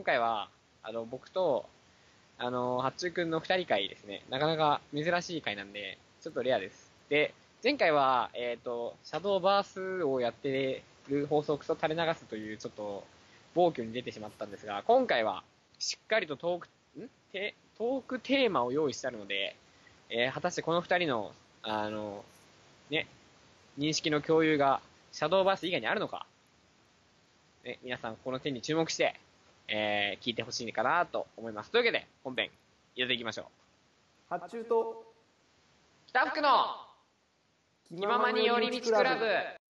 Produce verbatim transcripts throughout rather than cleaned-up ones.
回は、あの、僕と、あの、八中くんの二人会ですね。なかなか珍しい会なんで、ちょっとレアです。で、前回は、えっ、ー、と、シャドーバースをやってる放送クソ垂れ流すという、ちょっと、暴挙に出てしまったんですが、今回は、しっかりとトーク、んてトークテーマを用意してあるので、えー、果たしてこの二人の、あの、ね、認識の共有が、シャドーバース以外にあるのか、ね、皆さんこの点に注目して、えー、聞いてほしいかなと思います。というわけで、本編、入れていきましょう。 発注と北福の気ままに寄り道クラブ。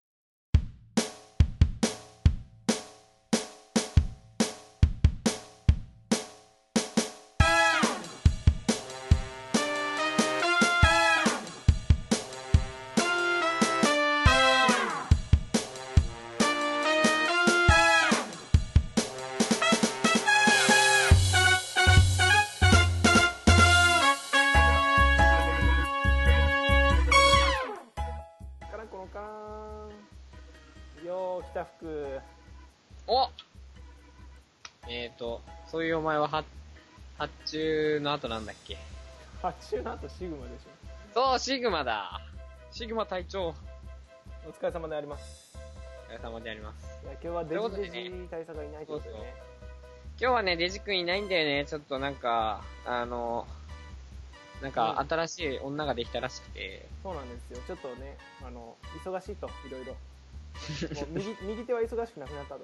北福。 おえーと、そういうお前は発注の後なんだっけ？ 発注の後シグマでしょ。そう、シグマだ。シグマ隊長。お疲れ様であります。 お疲れ様であります。 いや、今日はデジデジ大佐がいないということでね。そうそう、 今日はね、デジ君いないんだよね。ちょっとなんか、あの、なんか新しい女ができたらしくて。 うん、そうなんですよ。ちょっとね、あの、忙しいと、いろいろ。もう右右手は忙しくなくなったと。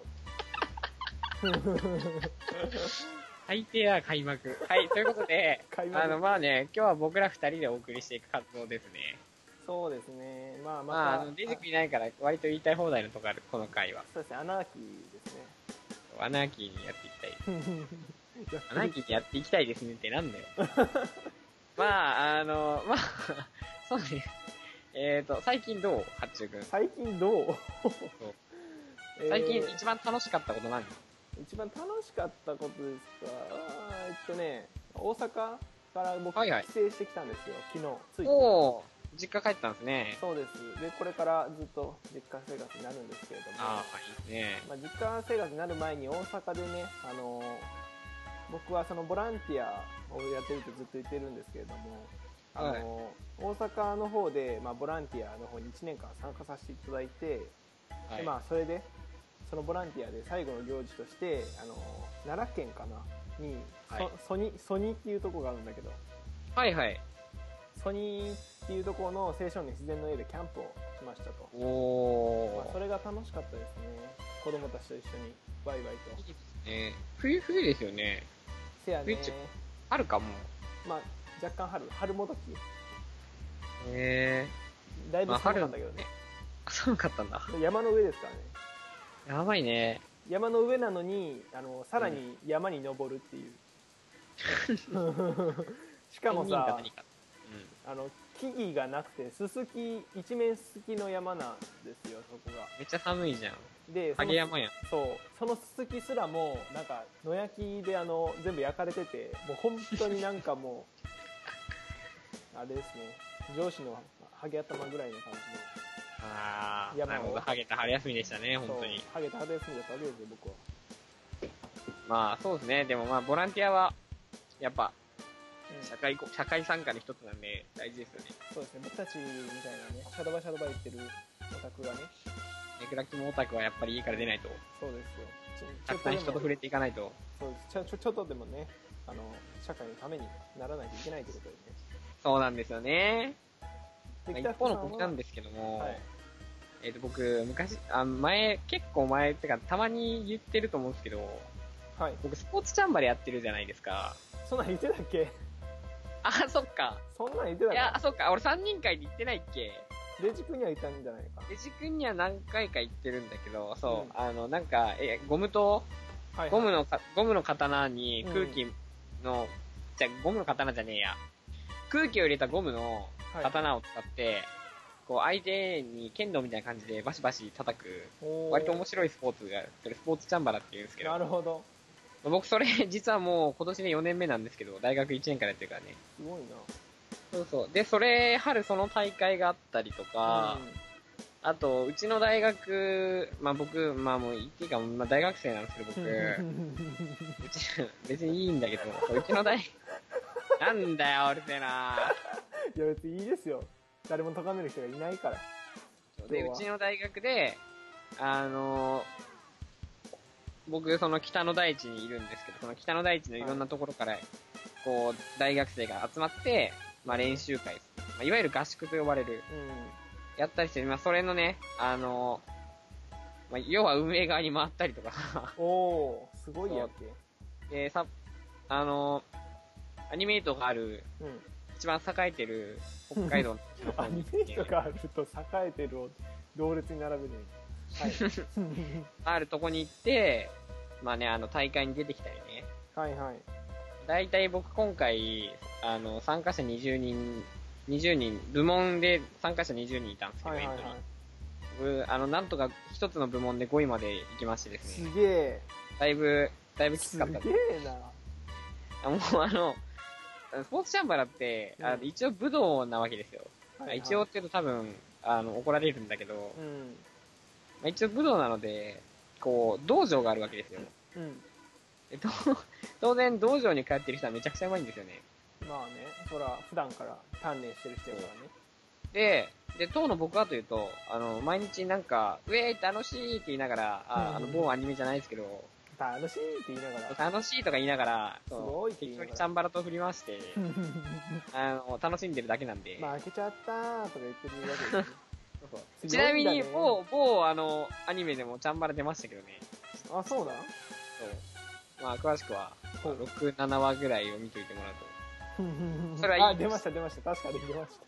最低や開幕。はい、ということで、あの、まあね、今日は僕ら二人でお送りしていく活動ですね。 そうですね。まあまた、 まあ、あの、デジ君いないから割と言いたい放題のとこある、この回は。 そうですね、アナーキーですね。 アナーキーにやっていきたい。アナーキーにやっていきたいですねってなんだよ。まあ、あの、まあ、そうね。えーと、最近どう八中くん。 最近どうそう最近一番楽しかったこと何？ 一番楽しかったことですか？えっとね、大阪から僕、 はいはい、 帰省してきたんですよ、昨日、ついて。 おー、実家帰ったんですね。 そうです。で、これからずっと実家生活になるんですけれども。 ああ、いいですね。 まあ、実家生活になる前に大阪でね、あのー、僕はそのボランティアをやってるとずっと言ってるんですけれども、あのーはい、大阪の方で、まあ、ボランティアの方にいちねんかん参加させていただいて、はい、でまあ、それでそのボランティアで最後の行事として、あのー、奈良県かなに、はい、ソニソニーっていうところがあるんだけど、はいはい、ソニーっていうところの青少年自然の家でキャンプをしましたと。おー、まあ、それが楽しかったですね。子供たちと一緒にワイワイと。いいですね。冬冬ですよね。 せやね。 春かも。 まあ若干春春もどき。 へえ。だいぶ寒かったけどね。 まあ、寒かったんだ。 山の上ですからね。 やばいね。 山の上なのにあのさらに山に登るっていう。うん、しかもさ。うん、あの木々がなくてすすき一面すすきの山なんですよ、そこが。 めっちゃ寒いじゃん。 で、 影山やん。 そう、そのすすきすらもなんか野焼きであの全部焼かれてて、もう本当になんかもうあれですね、上司のハゲ頭ぐらいの感じで。 ああ、なるほど、ハゲた春休みでしたね、本当に。 ハゲた春休みだったわけですよ、僕は。 まあそうですね、でもまあボランティアはやっぱ社会、社会参加の一つなんで大事ですよね。 そうですね、僕たちみたいなね、シャドバシャドバ言ってるオタクがね。 ネクラキモオタクはやっぱり家から出ないと。 そうですよ。 たくさん人と触れていかないと。 そうです。ちょ、ちょ、ちょっとでもね、あの、社会のためにならないといけないということでね。 そうなんですよね。一方の僕なんですけども、はい、えっと僕、昔、あ前、結構前、ってかたまに言ってると思うんですけど、はい、僕スポーツチャンバレやってるじゃないですか。 そんなん言ってたっけ？ あ、そっか。 そんなん言ってたか？ いや、そっか。俺さんにん会で言ってないっけ？ デジ君には言ったんじゃないか。 デジ君には何回か言ってるんだけど、そう、うん、あの、なんか、え、ゴムと、はいはい、ゴムのか、ゴムの刀に空気の、うん、じゃ、ゴムの刀じゃねえや。空気を入れたゴムの刀を使って、はい、こう、相手に剣道みたいな感じでバシバシ叩く、割と面白いスポーツが、それスポーツチャンバラって言うんですけど。 なるほど。 僕それ実はもう今年でよねんめなんですけど、大学いちねんからやってるからね。 すごいな。 そうそう。で、それ、春その大会があったりとか、うん、 あと、うちの大学、まあ僕、まあもう言っていいかも、まあ大学生なんですけど僕、うち、別にいいんだけど、うちの大、なんだよ、うるせえな。 いや別にいいですよ。誰も咎める人がいないから。 で、うちの大学で、あの、僕、その北の大地にいるんですけど、その北の大地のいろんなところから、こう、大学生が集まって、まあ練習会です。まあ、いわゆる合宿と呼ばれる、 うん。 やったりしてる、まあそれのね、あの、まあ、要は運営側に回ったりとかおー、すごいやっけ。 で、さ、あの、アニメイトがある、 うん。 一番栄えてる北海道のアニメとかあると栄えてるを同列に並べるのに。はい。 あるとこに行って、まあね、あの、大会に出てきたりね。 はいはい。 だいたい僕今回、あの、参加者にじゅうにん、にじゅうにん、部門で参加者にじゅうにんいたんですけど、 はいはいはい。 僕、あの、なんとか一つの部門でごいまで行きましてですね。 すげえ。 だいぶ、だいぶきつかったすげえな。 あもうあの、スポーツチャンバラって、 うん、 あ一応武道なわけですよ。 はいはい、 一応って言うと多分、あの、怒られるんだけど、 うんまあ、一応武道なので、こう、道場があるわけですよ。 うん。 えと、当然道場に通ってる人はめちゃくちゃ上手いんですよね。 まあね、そら、普段から鍛錬してる人やからね。 で、で、当の僕はというと、あの、毎日なんか、ウェイ楽しいって言いながら、あ、あの、某アニメじゃないですけど、 楽しいって言いながら。 楽しいとか言いながら、 すごいって言いながら。 適当にチャンバラと振り回して、あの、楽しんでるだけなんで。 負けちゃったーとか言ってるわけですね。 そうそうちなみに、某、某、あの、アニメでもチャンバラ出ましたけどね。 あ、そうだそう。まあ、詳しくは、ろく、ななわぐらいを見といてもらうと。 それはいい。あ、出ました、出ました。確かに出ました。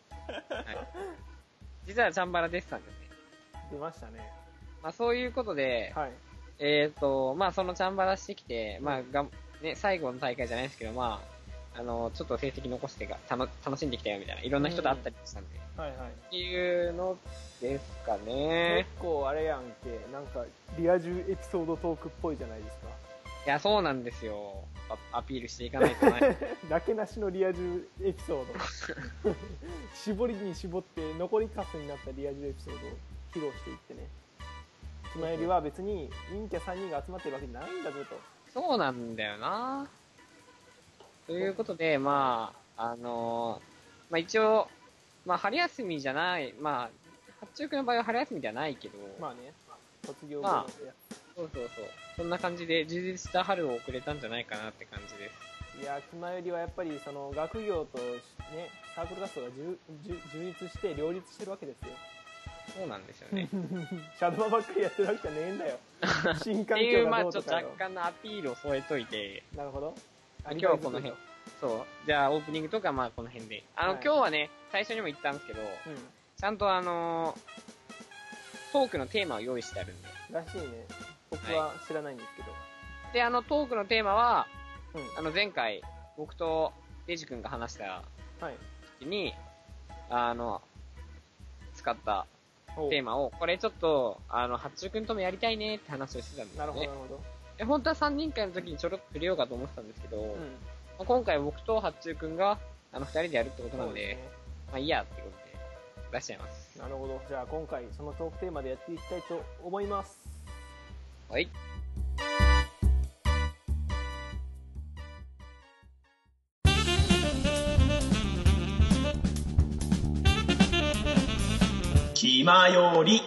はい。 実はチャンバラ出てたんですね。 出ましたね。 まあ、そういうことで、 はい。 えっと、まあ、そのチャンバラしてきて、まあ、がん、ね、最後の大会じゃないですけど、まあ、あの、ちょっと成績残してが、たの、楽しんできたよ、みたいな。いろんな人と会ったりしたんで。 うん、はいはい。 っていうのですかね。 結構あれやんけ、なんか、リア充エピソードトークっぽいじゃないですか。 いや、そうなんですよ。アピールしていかないとない。 なけなしのリア充エピソード。絞りに絞って残りカスになったリア充エピソードを披露していってね。今よりは別に陰キャさんにんが集まってるわけじゃないんだぞと。 そうなんだよな。ということで、まあ、あのー、まあ一応、まあ春休みじゃない、まあ、八中くんの場合は春休みではないけど、 まあね、卒業後のやつ、まあ、 そうそうそう。そんな感じで充実した春を送れたんじゃないかなって感じです。 いや、熊よりはやっぱりその学業とね、サークル活動が充実して両立してるわけですよ。 そうなんですよね。 シャドウばっかりやってるわけじゃねえんだよ。新環境がどうとかよ。っていう、まあちょっと若干のアピールを添えといて。 なるほど。 今日はこの辺。そう。じゃあオープニングとかまあこの辺で。あの、はい、今日はね、最初にも言ったんですけど、うん、ちゃんとあのー、トークのテーマを用意してあるんで。 らしいね。僕は知らないんですけど。はい、 で、あのトークのテーマは、 うん、 あの前回、僕とデジ君が話した時に、はい、あの、使ったテーマを、これちょっと、あの、八中くんともやりたいねって話をしてたんですよね。 なるほど、なるほど。 で、本当はさんにん会の時にちょろっと触れようかと思ってたんですけど、うん、まあ、今回僕と八中くんが、あの、二人でやるってことなんで、でね、まあいいやってことで、出しちゃいます。 なるほど。じゃあ今回、そのトークテーマでやっていきたいと思います。 はい。 気まより。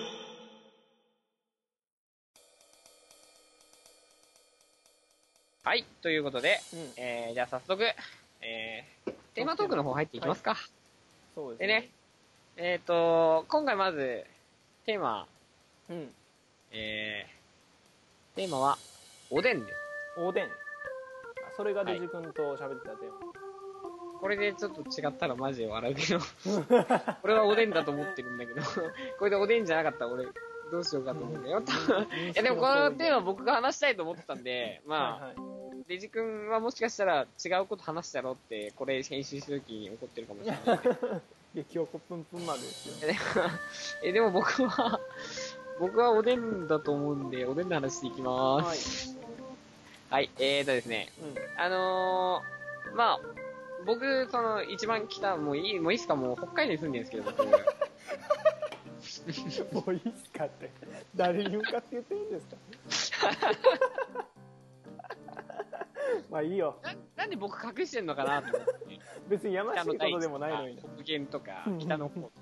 はい、ということで、うん、えー、じゃあ早速、えー、テーマトークの方入っていきますか。はい、 そうですね。 でね、えっ、ー、と、今回まず、テーマ、 うん、 えー、テーマは、おでんです。 おでん。それがデジ君と喋ってたテーマ。はい、 これでちょっと違ったらマジで笑うけど俺はおでんだと思ってるんだけどこれでおでんじゃなかったら俺どうしようかと思うんだよいやでもこのテーマ僕が話したいと思ってたんで、まあ、はいはい、デジ君はもしかしたら違うこと話したろってこれ編集した時に怒ってるかもしれない激おこぷんぷんまでですよえでも僕は僕はおでんだと思うんでおでんの話していきまーすはい、はい、えーとですね、うん、あのー、まあ僕、その、一番北、もういい、もういいっすか、もう北海道に住んでるんですけど、僕。 もういいっすかって。誰に向かって言ってるんですかまあいいよ。 な、なんで僕隠してんのかなと思って。 別にやましいことでもないのにな。 北限とか、北の方とか。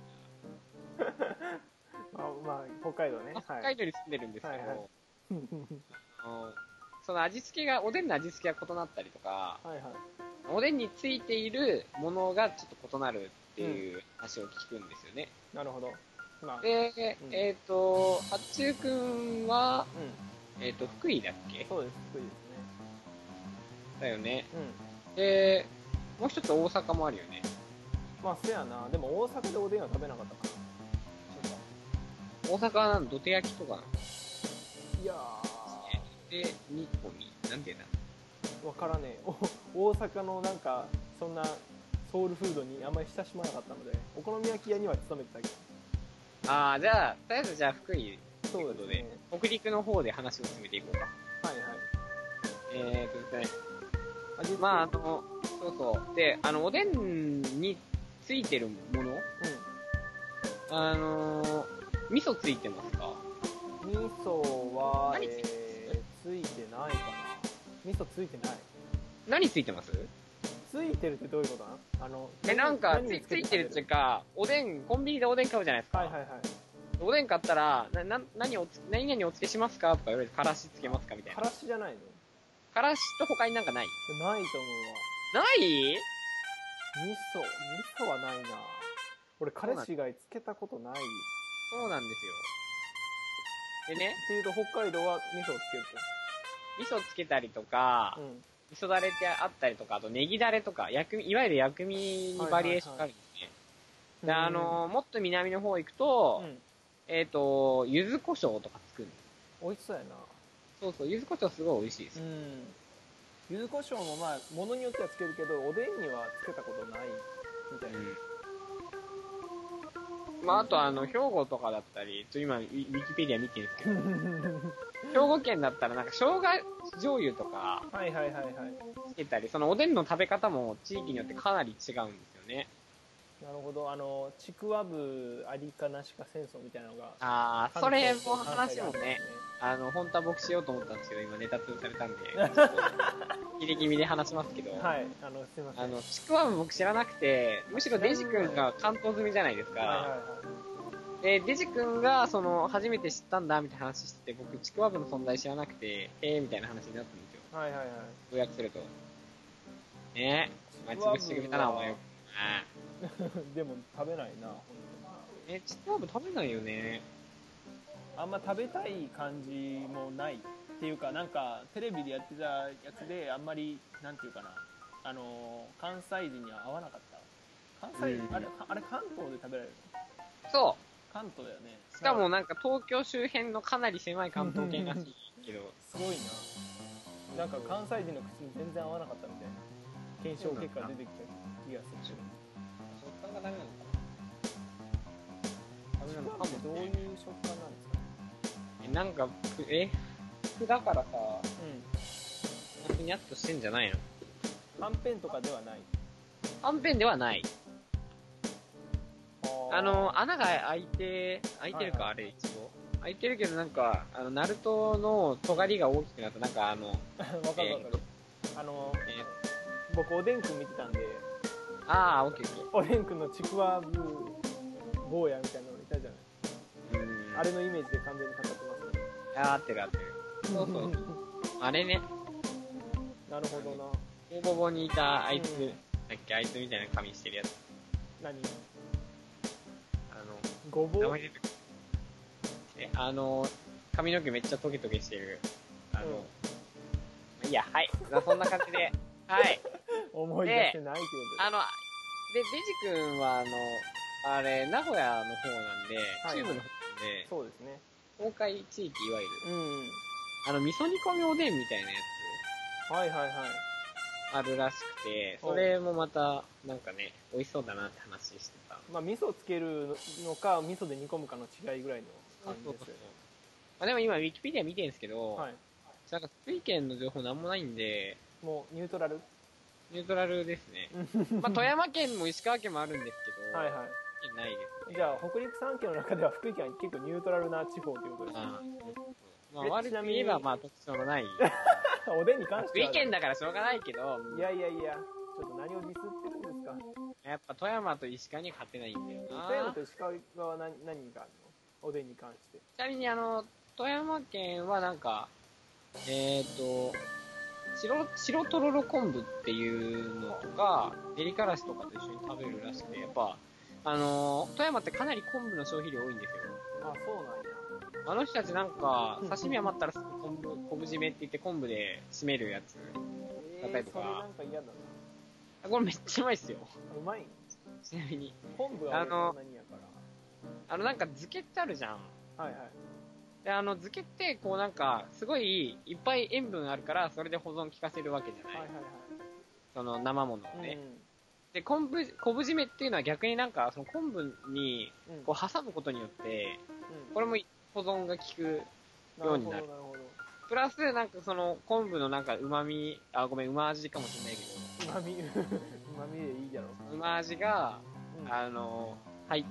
まあ、まあ、北海道ね。 まあ、北海道に住んでるんですけど、 はいはいあのその味付けが、おでんの味付けが異なったりとか、 はいはい。 おでんについているものがちょっと異なるっていう話を聞くんですよね。 なるほど。まあ、 で、 うんえっ、と、八中くんは、 うん。 えっ、と、福井だっけそうです。福井ですだよね。 ね。うん。 で、もう一つ大阪もあるよね。 まあ、せやな。でも大阪でおでんは食べなかったかな。 大阪はなん土手焼きとかなのいやで、煮込み。なんていうんだー、わからねえ。お大阪のなんか、そんなソウルフードにあんまり親しまなかったので、お好み焼き屋には勤めてたけど。 ああ、じゃあ、とりあえずじゃあ福井ということで、 そうですね北陸の方で話を進めていこうか。 はいはい。 えーとですね、 味付けまああの、そうそう。で、あの、おでんについてるものあのー、味噌ついてますか？ うん。味噌は、 何ついてますえー、ついてないかな。味噌ついてない。 何ついてますついてるってどういうことなの？あの、 え、なんか何についついてるっていうか。 か、おでん、コンビニでおでん買うじゃないですか。 はいはいはい。 おでん買ったら、な、な、何をつ、何々お付けしますかとか言われて、からしつけますかみたいな。 からしじゃないの？ からしと他になんかないないと思うわ。 ない味噌、味噌はないな。俺、彼氏がつけたことない。っそうなんですよ。でね、 ていうと、北海道は味噌をつ味噌つけたりとか、 けると。うん。 味噌だれってあったりとか、あとネギだれとか、薬味、いわゆる薬味にバリエーションがあるんですね。で、あの、もっと南の方行くと、 うん。 えっ、と、柚子胡椒とかつくんです。 美味しそうやな。 そうそう、柚子胡椒すごい美味しいですよ。 うん。柚子胡椒もまあ、ものによってはつけるけど、おでんにはつけたことないみたいな。 うん。まあ、あとあの、兵庫とかだったり、ちょ今、ウィウィキペディア見てるんですけど、兵庫県だったらなんか生姜醤油とかはいはいはいはい。 つけたり、そのおでんの食べ方も地域によってかなり違うんですよね。 なるほど。あの、ちくわぶありかなしか戦争みたいなのが。 ああ、それも話もね、あの、本当は僕しようと思ったんですけど、今ネタ潰されたんで、ちょっと、切り気味で話しますけど、 はい。あの、すいません。 あの、ちくわぶ僕知らなくて、むしろデジ君が関東済みじゃないですか。 はいはいはい。 で、デジ君が、その、初めて知ったんだ、みたいな話してて、僕、ちくわぶの存在知らなくて、えー、みたいな話になったんですよ。 はいはいはい。 要約すると。ねえ、まあ、潰してくれたな、お前よ。あでも食べないな、本ーえ、ちくわぶ食べないよね。 当あんま食べたい感じもないっていうか、なんかテレビでやってたやつであんまりなんていうかな、あの関西人には合わなかった。関西、 うんあれあれ関東で食べられるの？ そ関東だよね。 う。しかもなんか東京周辺のかなり狭い関東圏らしいけど。 すごいな。なんか関西人の口に全然合わなかったみたいな検証結果出てきた気がする。 食感がダメなのかな。ダメなのかもちくわぶってどういう食感なんですか？ え、なんか、ふえ、ふだからさ、 うん。 ふにゃっとしてんじゃないの？ はんぺんとかではない。 はんぺんではない。 ああの、穴が開いて、開いてるか、 はいはいあれ、一応。開いてるけど、なんか、あの、ナルトの尖りが大きくなった、なんかあの、 わかるわかる。あの、 え僕おでんくん見てたんで、 ー、あー、オッケーオッケおでんくんのちくわぶ坊やみたいなのいたじゃない。 ー。うん。 あれのイメージで完全にかかってますね。 あー、合ってる合ってる。そうそう。あれね、 なるほどな。 ボボボにいたあいつ、 うんだっけ、あいつみたいな髪してるやつ。 何？ あの、 ごぼう？ 名前出てくる。え、あの、髪の毛めっちゃトゲトゲしてる。あの、 うんまあいいや、はい。まあそんな感じで。はい。 思い出せないってこあの、で、デジ君はあの、あれ、名古屋の方なんで、 はい中部の方なんで、 と。そうですね。 東海地域いわゆる、 うん。 あの、味噌煮込みおでんみたいなやはいはいはい。 つあるらしくて、それもまた、なんかね、美味しそうだなって話してた。 まあ味噌つけるのか味噌で煮込むかの違いぐらいの感じですよね。 まあ、でも今、ウィキペディア見てるんですけど、 はい。 なんか福井県の情報なんもないんで、 もうニュートラル？ ニュートラルですね。まあ、富山県も石川県もあるんですけど、 はいはい。 県ないですね。 じゃあ北陸さん県の中では福井県は結構ニュートラルな地方ということですね。 あまあ、悪く言えば、まあ、特徴のない。 おでんに関しては。 福井県だからしょうがないけど。 いやいやいや、ちょっと何をディスってるんですか。 やっぱ富山と石川には勝てないんだよな。 富山と石川は何、何があるの？おでんに関して。 ちなみにあの、富山県はなんか、えっ、ー、と、白、白とろろ昆布っていうのとか、練りからしとかと一緒に食べるらしくて、やっぱ、あのー、富山ってかなり昆布の消費量多いんですよ。 あ、そうなんや。 あの人たちなんか、刺身余ったらすぐ昆布、昆布締めって言って昆布で締めるやつ。 えー、 例えば。 それなんか嫌だな。 これめっちゃうまいっすよ。 うまいん？ ちなみに。 昆布はそんなにやから。 あのなんか漬けってあるじゃん。 はいはい。 で、あの漬けってこうなんか、すごいいっぱい塩分あるから、それで保存効かせるわけじゃない。 はいはいはい。 その生ものをね。 うん、 で、昆布、昆布締めっていうのは逆になんか、その昆布にこう挟むことによって、うん、これも保存が効くようになる。なるほど、なるほど。プラス、なんかその昆布のなんか旨味、あ、ごめん、旨味かもしれないけど。 旨味旨味でいいじゃろう。 旨味が、うん、あの、入って、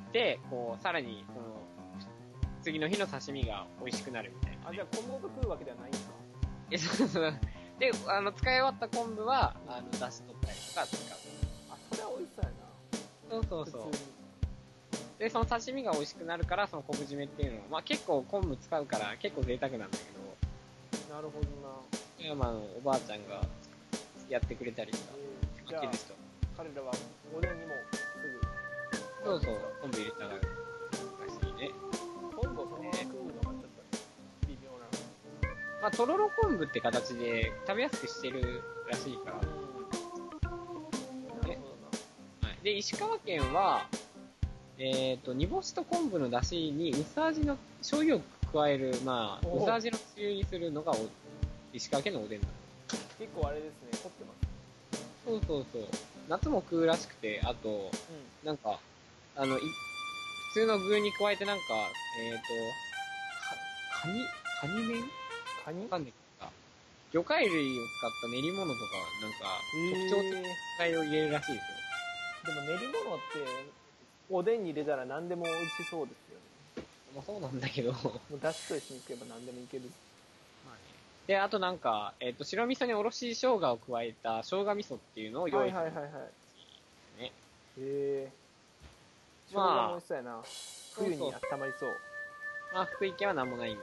こう、さらに、その、次の日の刺身が美味しくなるみたいな、ね。 あ、じゃあ昆布ごと食うわけではないんですか？ え、そうそう。で、あの、使い終わった昆布は、あの、出し取ったりとか使う。 あ、それは美味しそうやな。 そうそうそう。で、その刺身が美味しくなるから、その昆布締めっていうのは、まあ結構昆布使うから結構贅沢なんだけど。なるほどな。 富山のおばあちゃんがやってくれたりとか、 えー、じゃあ彼らはおでんにもすぐ。そうそう、昆布入れたら、らしいね。 昆布をそのまま食うのがちょっと微妙な。 まあ、とろろ昆布って形で食べやすくしてるらしいから。うん、なるほどな。はい。で、石川県は、えっ、ー、と、煮干しと昆布の出汁に薄味の醤油を加える、まあ、薄味のつゆにするのが石川県のおでんだ。 結構あれですね、凝ってます。 そうそうそう。夏も食うらしくて、あと、うん、なんか、あの、い普通の具に加えてなんか、えっ、ー、と、カニ、カニ麺カニわかんないけど、魚介類を使った練り物とか、なんか、特徴的な具材を入れるらしいですよ。 でも練り物って、おでんに入れたら何でも美味しそうですよね。 まあそうなんだけど。もうだしと一緒に食えば何でもいける。 まあね、で、あとなんか、えっ、ー、と、白味噌におろし生姜を加えた生姜味噌っていうのを用意する。はいはいはいはい。ね。 へえ。生姜も美味しそうやな。まあ、冬に温まりそう。 まあ、福井県は何もないんです。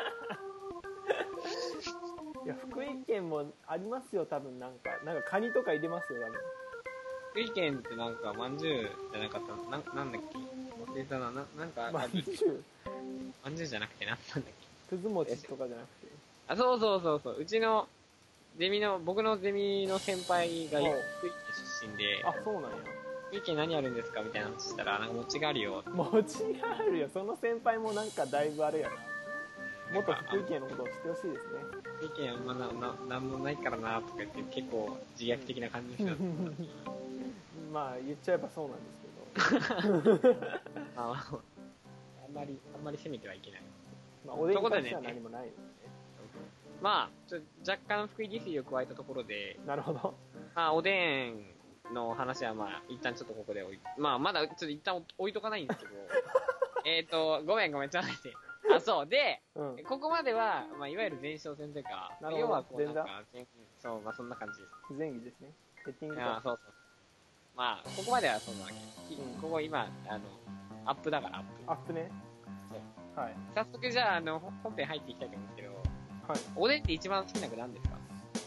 いや、福井県もありますよ、多分なんか。なんかカニとか入れますよ、多分。 福井県ってなんか、まんじゅうじゃなかったのな、なんだっけ忘れたな、な、なんか、 まんじゅうまんじゅうじゃなくてなんなんだっけくず餅とかじゃなくて。 あ、そうそうそうそう。うちの、ゼミの、僕のゼミの先輩が福井県出身で、 あ、そうなんや。 福井県何あるんですかみたいな話したら、なんか餅があるよ。 餅があるよ。その先輩もなんかだいぶあれやな。もっと福井県のことを知ってほしいですね。 福井県あんまな、な、なんもないからなとか言って結構自虐的な感じの人だったまあ言っちゃえばそうなんですけどああんまりあんまり責めてはいけない。 まあおでんに関しては何もないので、ね、 まあちょ若干福井ディスリを加えたところで、 なるほど。 まあおでんの話はまあ一旦ちょっとここで置いまあまだちょっと一旦置いとかないんですけどえっとごめんごめんちょっと待ってあそうで、うん、ここまではまあいわゆる前哨戦というか、要はこうなんかそうまあそんな感じです。 前儀ですね。セッティング。 ああそうそう。まあ、ここまではそんなわけ。うん、ここ今、あの、アップだからアップ。 アップね。 そう。はい。早速じゃあ、あの、本編入っていきたいと思うんですけど、はい。おでんって一番好きな具何ですか？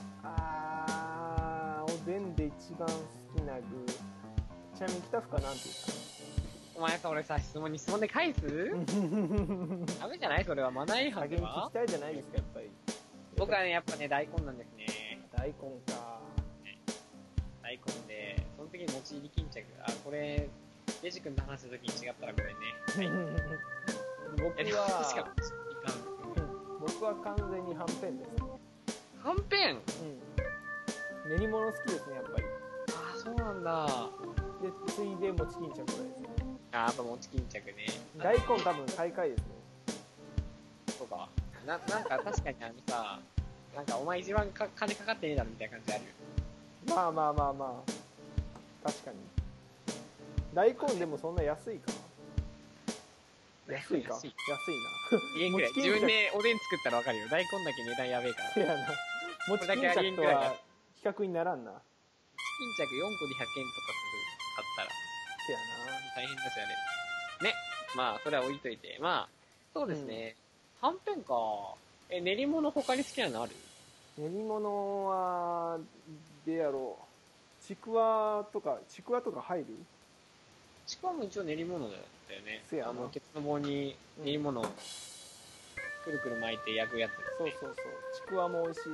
あー、おでんで一番好きな具。ちなみに北福は何て言ったの？ お前さ、俺さ、質問に質問で返すダメじゃないそれはマナー違反では？ 先に聞きたいじゃないですか、やっぱり。 僕はね、やっぱね、大根なんですね。 大根か。 大根で、その時に餅入り巾着。あ、これ、レジ君と話した時に違ったらごめんね。はい、 僕は、僕は完全にはんぺんです。 はんぺん？うん。 練り物好きですね、やっぱり。 あ、そうなんだ。 で、ついで餅巾着ですね。 あ、やっぱ餅巾着ね。 大根多分最下位ですね。 そうか。な、なんか確かにあのさ、なんかお前一番か金かかってねえだろみたいな感じあるよ。 まあまあまあまあ確かに大根でもそんな安いかな。安いか。 安い安いい。円くらい。 餅巾着自分でおでん作ったらわかるよ。大根だけ値段やべえから。 な。せやな。餅巾着とは比較にならんな。 巾着よんこでひゃくえんとかする。買ったら。 せや大変だし、あれ。ね。まあ、それは置いといて。まあ、そうですね。はんぺんか。え、練り物他に好きなのある？ な。練り物は、でやろう。ちくわとか、ちくわとか入る？ ちくわも一応練り物だよね。 せやなあの、鉄の棒に練り物をくるくる巻いて焼くやつですね。 そうそうそう。ちくわも美味しいし。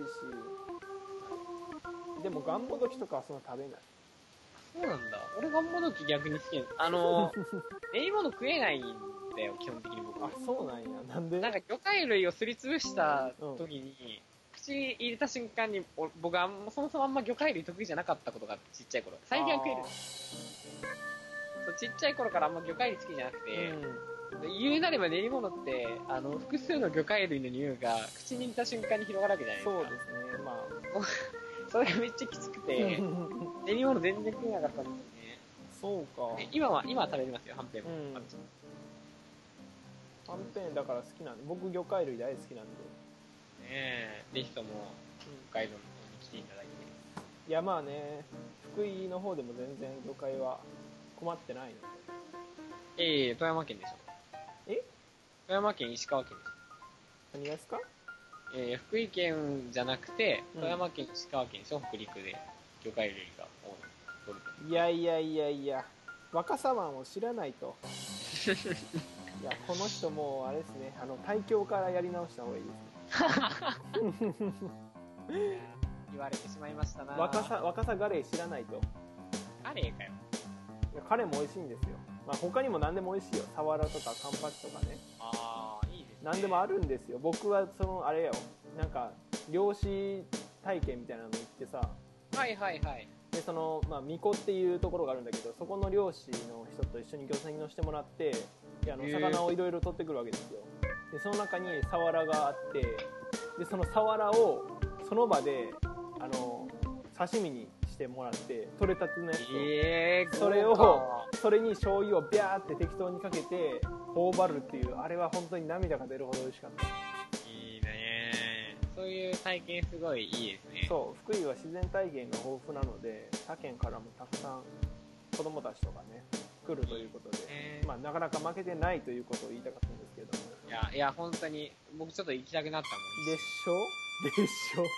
でも、がんもどきとかはそんな食べない。 そうなんだ。俺がんもどき逆に好きなの。あの、練り物食えないんだよ、基本的に僕。 あ、そうなんや。なんで？ なんか魚介類をすりつぶした時に、口に入れた瞬間に、お僕はそもそもあんま魚介類得意じゃなかったことがちっちゃい頃。最近は食える。そうちっちゃい頃からあんま魚介類好きじゃなくて、 うんで言うなれば練り物って、あの、複数の魚介類の匂いが口に入れた瞬間に広がるわけじゃないですか。 そうですね。まあ。 それがめっちゃきつくて、練り物全然食えなかったんですよね。 そうか。 で今は、今は食べれますよ、はんぺんも。 うんあっちはんぺんだから好きなんで、僕魚介類大好きなんで。 ねえ、ぜひとも、北海道の方に来ていただいて。 いやまあね、福井の方でも全然魚介は困ってないので。 ええ富山県でしょ。 え？ 富山県、石川県でしょ。 何がですか？ えー、福井県じゃなくて、 うん富山県、石川県でしょ、北陸で魚介類が多い。取れてるいやいやいやいや、若狭湾を知らないと。いや、この人もうあれですね、あの、対境からやり直した方がいいですね。 言われてしまいましたな。 若さ、若さガレー知らないと。 カレーかよ。 いや、カレーも美味しいんですよ。まあ他にも何でも美味しいよ。サワラとかカンパチとかね。 ああ、いいですね。 何でもあるんですよ。僕はその、あれよ、なんか、漁師体験みたいなの行ってさ、 はいはいはい。 で、その、まあ、巫女っていうところがあるんだけど、そこの漁師の人と一緒に漁船に乗せてもらって、であのへー魚をいろいろ取ってくるわけですよ。で、その中にサワラがあって、で、そのサワラをその場で、あの、刺身にしてもらって、取れたてのやつを、 ええー、 それを豪華、 それに醤油をビャーって適当にかけて、頬張るっていう、あれは本当に涙が出るほど美味しかった。 いいね。そういう体験すごいいいですね。 そう、福井は自然体験が豊富なので、他県からもたくさん子供たちとかね、来るということで、 えーまあ、なかなか負けてないということを言いたかったんですけども。 いや、いや、本当に、僕ちょっと行きたくなったもん。 でしょでしょ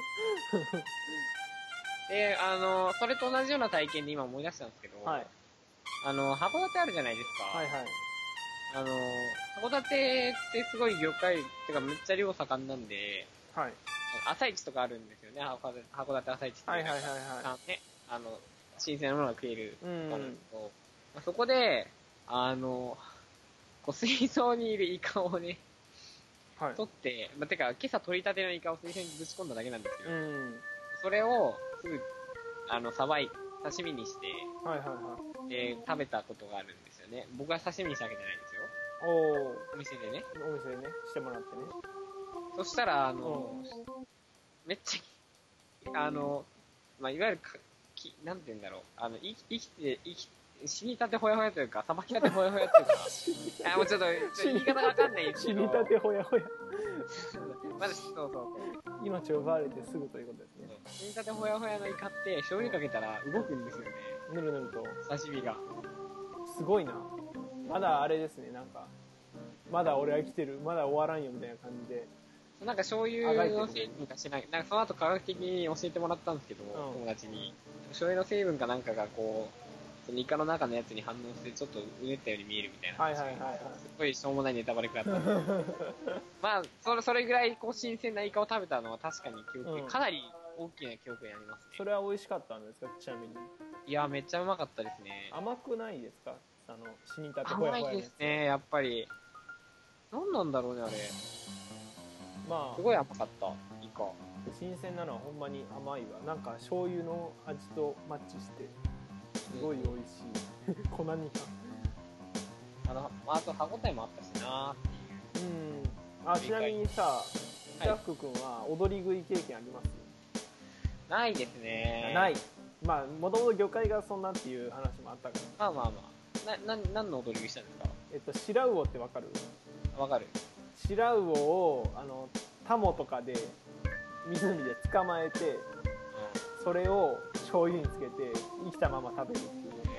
で、あの、それと同じような体験で今思い出したんですけど、 はい。 あの、函館あるじゃないですか。 はいはい。 あの、函館ってすごい魚介、てかめっちゃ量盛んなんで、 はい。 朝市とかあるんですよね、函館函館朝市っていう。 はいはいはいはいあね、あの、新鮮なものが食えるとこうんあるんですけど、まあそこで、あの、こう水槽にいるイカをね、 はい。 取って、まあ、てか今朝取り立てのイカを水槽にぶち込んだだけなんですけど、 うん。 それをすぐ、あの、さばい、刺身にして、 はいはいはい。 で、食べたことがあるんですよね。僕は刺身にしたわけじゃないんですよ。 おお店でね。 ー、お店でね、してもらってね。 そしたら、あの、めっちゃ、あの、まあ、いわゆるか、き、なんて言うんだろう。あの、生き、生きて、生き、死にたてほやほやというか、さばきたてほやほやというか、あ、もうちょっと、ちょっと言い方がわかんないんですけど。 死にたてほやほや。 まず、そうそうそう。 命を奪われてすぐということですね。 死にたてほやほやのイカって醤油かけたら動くんですよね。 ぬるぬると。 刺身が。 すごいな。まだあれですね、なんか、まだ俺は生きてる、まだ終わらんよみたいな感じで。 なんか醤油の成分かしない、なんかその後科学的に教えてもらったんですけど、 うん友達に。醤油の成分かなんかがこう、そのイカの中のやつに反応してちょっとうねったように見えるみたいな。 はいはいはいはい。 すごいしょうもないネタバレくらったんですけど。まあ、それ、それぐらいこう新鮮なイカを食べたのは確かに記憶、 うんかなり大きな記憶になりますね。 それは美味しかったんですか、ちなみに。 いや、めっちゃうまかったですね。 甘くないですか、あの、死にたてほや甘いほやのやつですね、やっぱり。なんなんだろうね、あれ。 まあすごい甘かった、イカ。 新鮮なのはほんまに甘いわ。なんか醤油の味とマッチしてすごい美味しい粉にあの、あと歯応えもあったしなーっていう。 うん。あ、ちなみにさ、ジャック君は踊り食い経験あります？ ないですね。 ない。まあもともと魚介がそんなっていう話もあったから。 まあまあまあ。 な、な、何の踊りしたんですか？ えっと白魚ってわかる？ わかる。 白魚をあのタモとかで湖で捕まえて、それを醤油につけて生きたまま食べるって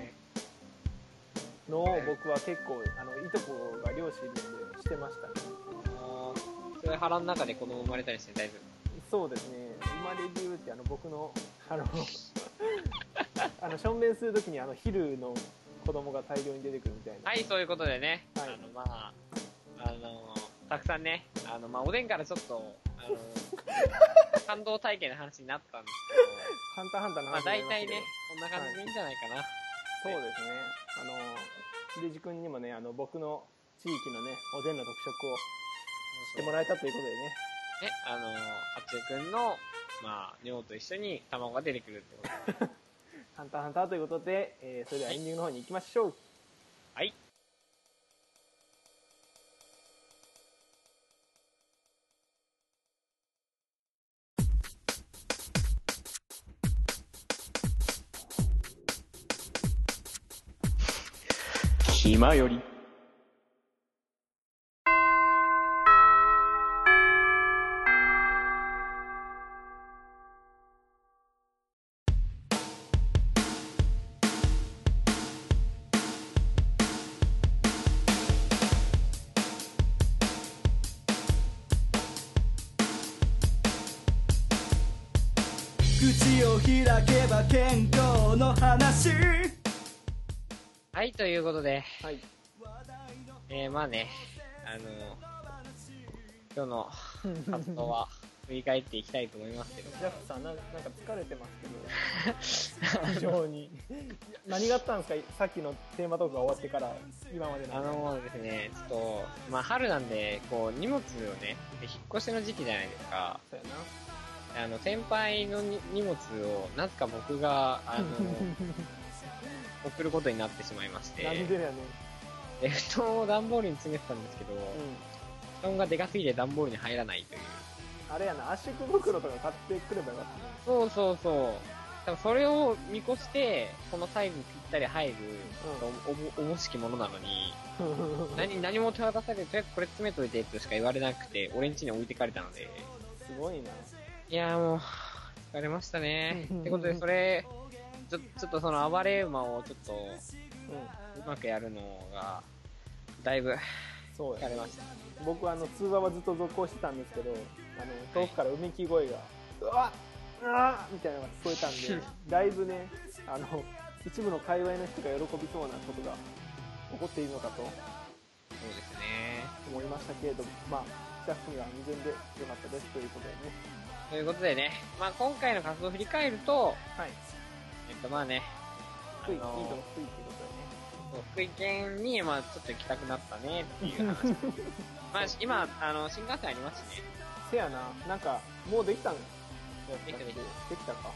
いうのを僕は結構あのいとこが漁師いるのでしてましたね。 ああ、それ腹の中で子供生まれたりして大丈そうですね。生まれるってあの僕のあのあのしょんべんするときにあの昼の子供が大量に出てくるみたいな。 夫。はい、そういうことでね、 はい、 あのまああのたくさんね、あのまあおでんからちょっとあの感動体験の話になったんですハンターハンターのけど、まあ話になりましたけど、 大体ねこんな感じでいいんじゃないかな。はい、 そうですね。あの秀治君にもね、あの僕の地域のねおでんの特色を知ってもらえたということでね。 ね、あの八中くんのまあ尿と一緒に卵が出てくるってことでハンターハンターということで、えー、それではエンディングの方に行きましょう。 はい。 暇より。 口を開けば健康の話。 はい、ということで、 はい。 えー、まあね、あの今日の活動は振り返っていきたいと思いますけど。 ジャックさんな、なんか疲れてますけど、非常に。何があったんですか、さっきのテーマトークが終わってから今までの。 あのですね、ちょっと、まあ春なんで、こう荷物をね、引っ越しの時期じゃないですか。 そうやな。 あの先輩のに荷物をなぜか僕があの送ることになってしまいまして、 なんでやねん。 で布団を段ボールに詰めてたんですけど、うん、布団がでかすぎて段ボールに入らないという。 あれやな、圧縮袋とか買ってくればよかったね。 そうそうそう。多分それを見越してこのサイズぴったり入る、うん、お, お, おぼしきものなのに何何も手渡されてとりあえずこれ詰めといてとしか言われなくて俺ん家に置いてかれたので、 すごいな。 いやーもう疲れましたねってことで、それちょちょっとその暴れ馬をちょっと、うん、うまくやるのがだいぶ疲れました。 僕はあの通話はずっと続行してたんですけど、あの遠くからうめき声が、うわっうわっみたいなのが聞こえたんでだいぶね、あの一部の界隈の人が喜びそうなことが起こっているのかと、そうですね、 思いましたけれども、まあスタッフには安全でよかったですということでね。 ということでね、まあ今回の活動を振り返ると、はい、えっとまあね、 福井、いいとこ福井ってことでね。 福井県に、まあ、ちょっと行きたくなったねっていう話。まあ、今、あの、新幹線ありますしね。 せやな、なんか、もうできたんできたできた。 できたか。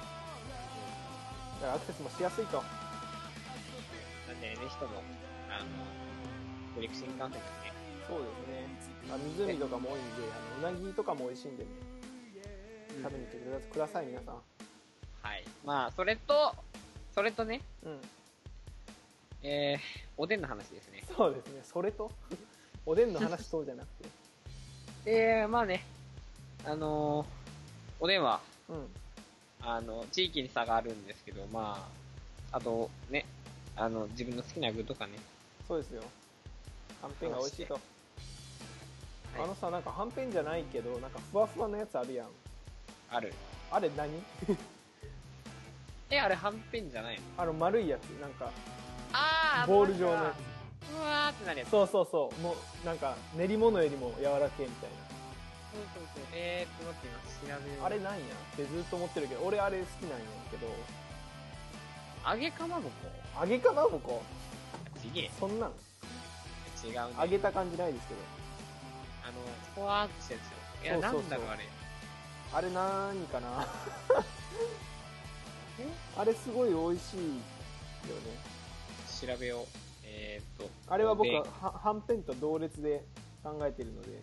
だからアクセスもしやすいと。 なんで、ぜひとも、あの、北陸新幹線ですね。 そうですね。まあ、湖とかも多いんで、あの、うなぎとかも美味しいんでね。食べに来てください、皆さん。 はい。まあ、それと、それとね、 うん。 えー、おでんの話ですね。 そうですね、それとおでんの話そうじゃなくて。で、まあね、あのー、おでんは、 うん。 あの、地域に差があるんですけど、まあ、あと、ね、あの、自分の好きな具とかね。 そうですよ。はんぺんが美味しいと。はい、あのさ、なんかはんぺんじゃないけど、なんかふわふわのやつあるやん。 ある。 あれ何え、あれはんぺんじゃないの？ あの丸いやつ、なんか。 あー、 ボール状のやつ。うわーってなるやつ。 そうそうそう。もう、なんか、練り物よりも柔らけみたいな。 そうそうそう。えーっと、待って今、調べよう。 あれなんやってずっと思ってるけど、俺あれ好きなんやけど。 揚げかまぼこ？ 揚げかまぼこ？ ちげえ。 そんなん違うね。 揚げた感じないですけど。 あの、ふわーってしたやつよ。いや、そうそうそう、なんだろう、あれ。 あれなーにかなあれすごい美味しいよね。 調べよう。えー、っと。 あれは僕ははんぺんと同列で考えてるので。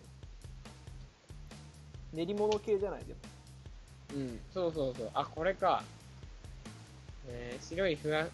練り物系じゃないでも。 うん、そうそうそう。あ、これか。えー、白いふわ、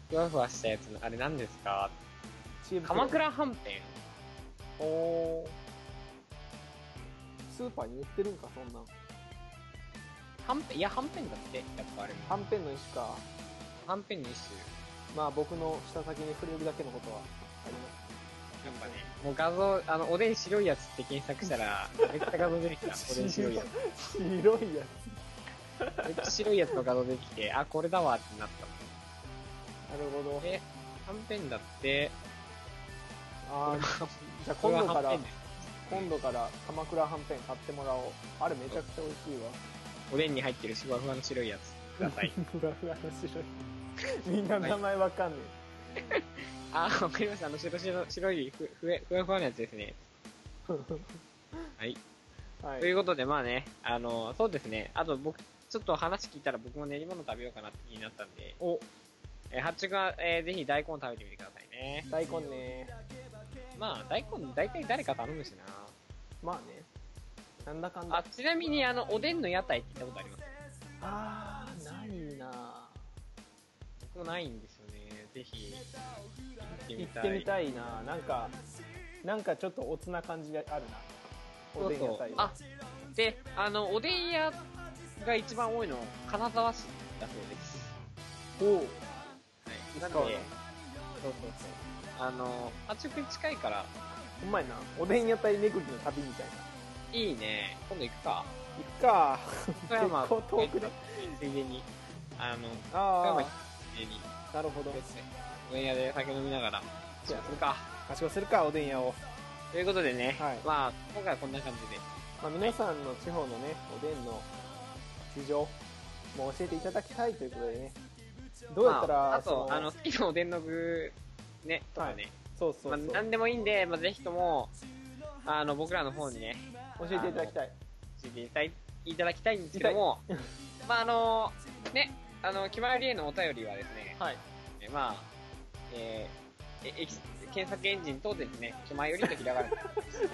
ふわふわしたやつの、あれ何ですか？ 知恵袋鎌倉はんぺん。 おースーパーに売ってるんかそんなん。 はんぺん、いや、はんぺんだって、やっぱあれも。 はんぺんの一種か。 はんぺんの一種。 まあ僕の舌先に触れるだけのことはあります。 やっぱね、もう画像、あの、おでん白いやつって検索したら、めっちゃ画像出てきた。おでん白いやつ。 白いやめっちゃ白いやつの画像出てきて、あ、これだわってなったつ。なるほど。 もん。で、はんぺんだって、 あーじゃあこれ今度からははんぺんです今度から鎌倉はんぺん買ってもらおう。あれめちゃくちゃ美味しいわ。 おでんに入ってるふわふわの白いやつください。 ふわふわの白い。みんな名前わかんねあ、わかりました。あの白白白いふふえふわふわのやつですね。はい。 え。はい。 ということで、まあね、あの、そうですね。あと僕、ちょっと話聞いたら僕も練り物食べようかなって気になったんで、 お、 えー、八中が、えー、ぜひ大根食べてみてくださいね。 大根ね。 まあ、大根、大体誰か頼むしな。 まあね。なんだかんだ。 あ、ちなみに、あの、おでんの屋台って言ったことあります？ あー、ないな僕もないんですよね。ぜひ、行ってみたい。 行ってみたいななんか、なんかちょっとおつな感じがあるな。おでん屋台は。 あ、で、あの、おでん屋が一番多いの、金沢市だそうです。 おう。 はい。なんで、 そうそうそうそう。あの、八中近いから、 ほんまやな。おでん屋台巡りの旅みたいな。 いいね。今度行くか。 行くか。 富山、 結構遠くね。 ついでに、あの、富あ山あ、 ついでに、 なるほど。 おでん屋で酒飲みながら、 じゃあするか。 はしごするか、おでん屋を。 ということでね、 はいまあ、今回はこんな感じで、 まあ、皆さんの地方のね、おでんの事情も教えていただきたいということでね。どうやったら、 まあ、あと、 そのあの、好きなおでんの具、ね、とかね、 はいそうそうそう、 まあ、なんでもいいんで、まあ、ぜひとも、あの、僕らの方にね、 教えていただきたい。 教えていただいいただきたいんですけども、まあ、あの、ね、あの、決まりへのお便りはですね、 はい。 えまあ、えー、えエキス検索エンジン等でですね、気前よりとひらがなで、 はい。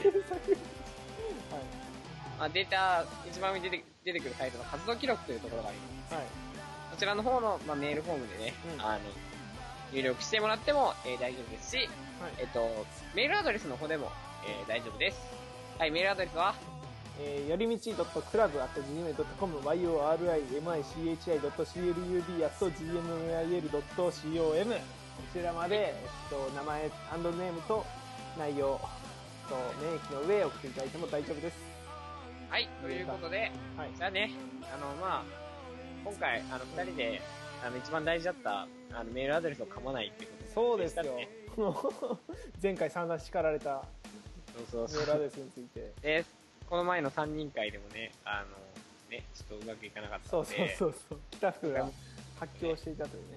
まあ、データ、一番上に出て出てくるサイトの活動記録というところがあります。 はい。 そちらの方の、まあ、メールフォームでね、 うんあの、入力してもらっても、えー大丈夫ですし、 はい。 えっと、メールアドレスの方でも、えー大丈夫です。はい、メールアドレスは、 えー、よりみち .club アット ジーメール ドットコム yorimichi.club アット ジーエムエル ドット コム こちらまで、えっと、名前、ハンドルネームと内容と免疫の上送っていただいても大丈夫です。 はい、ということで、 はい。 じゃあね、あの、まあ、今回、あの、二人で、あの、一番大事だった、あの、メールアドレスを噛まないっていうことそうですよしたね。 前回散々叱られたそうそうそう。 メールアドレスについて。 で、この前のさんにん会でもね、あの、ね、ちょっとうまくいかなかったそうそうので、 そうそう。北福が発狂していたというね。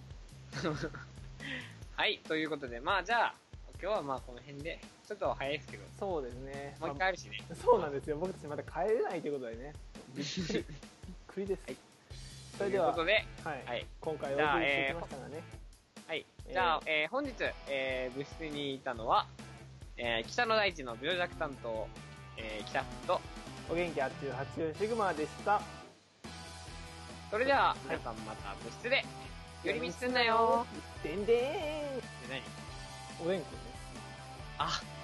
はい、ということで、まあじゃあ、今日はまあこの辺で、ちょっと早いですけど、 そうですね。 もう一回あるしね。 そうなんですよ。僕たちまだ帰れないということでね。びっくり。びっくりです。 はいそれでは、 ということで、 はい。 はい。 今回お送りしてきましたがね。 はい。 えーじゃあ、えー本日、えー部室にいたのは、えー北の大地の病弱担当、えー北福と、 お元気あっちゅうはちじゅうシグマでした。 それでは、皆さんまた部室で、寄り道すんなよでんでーん。 で何おでんくんね。 あ、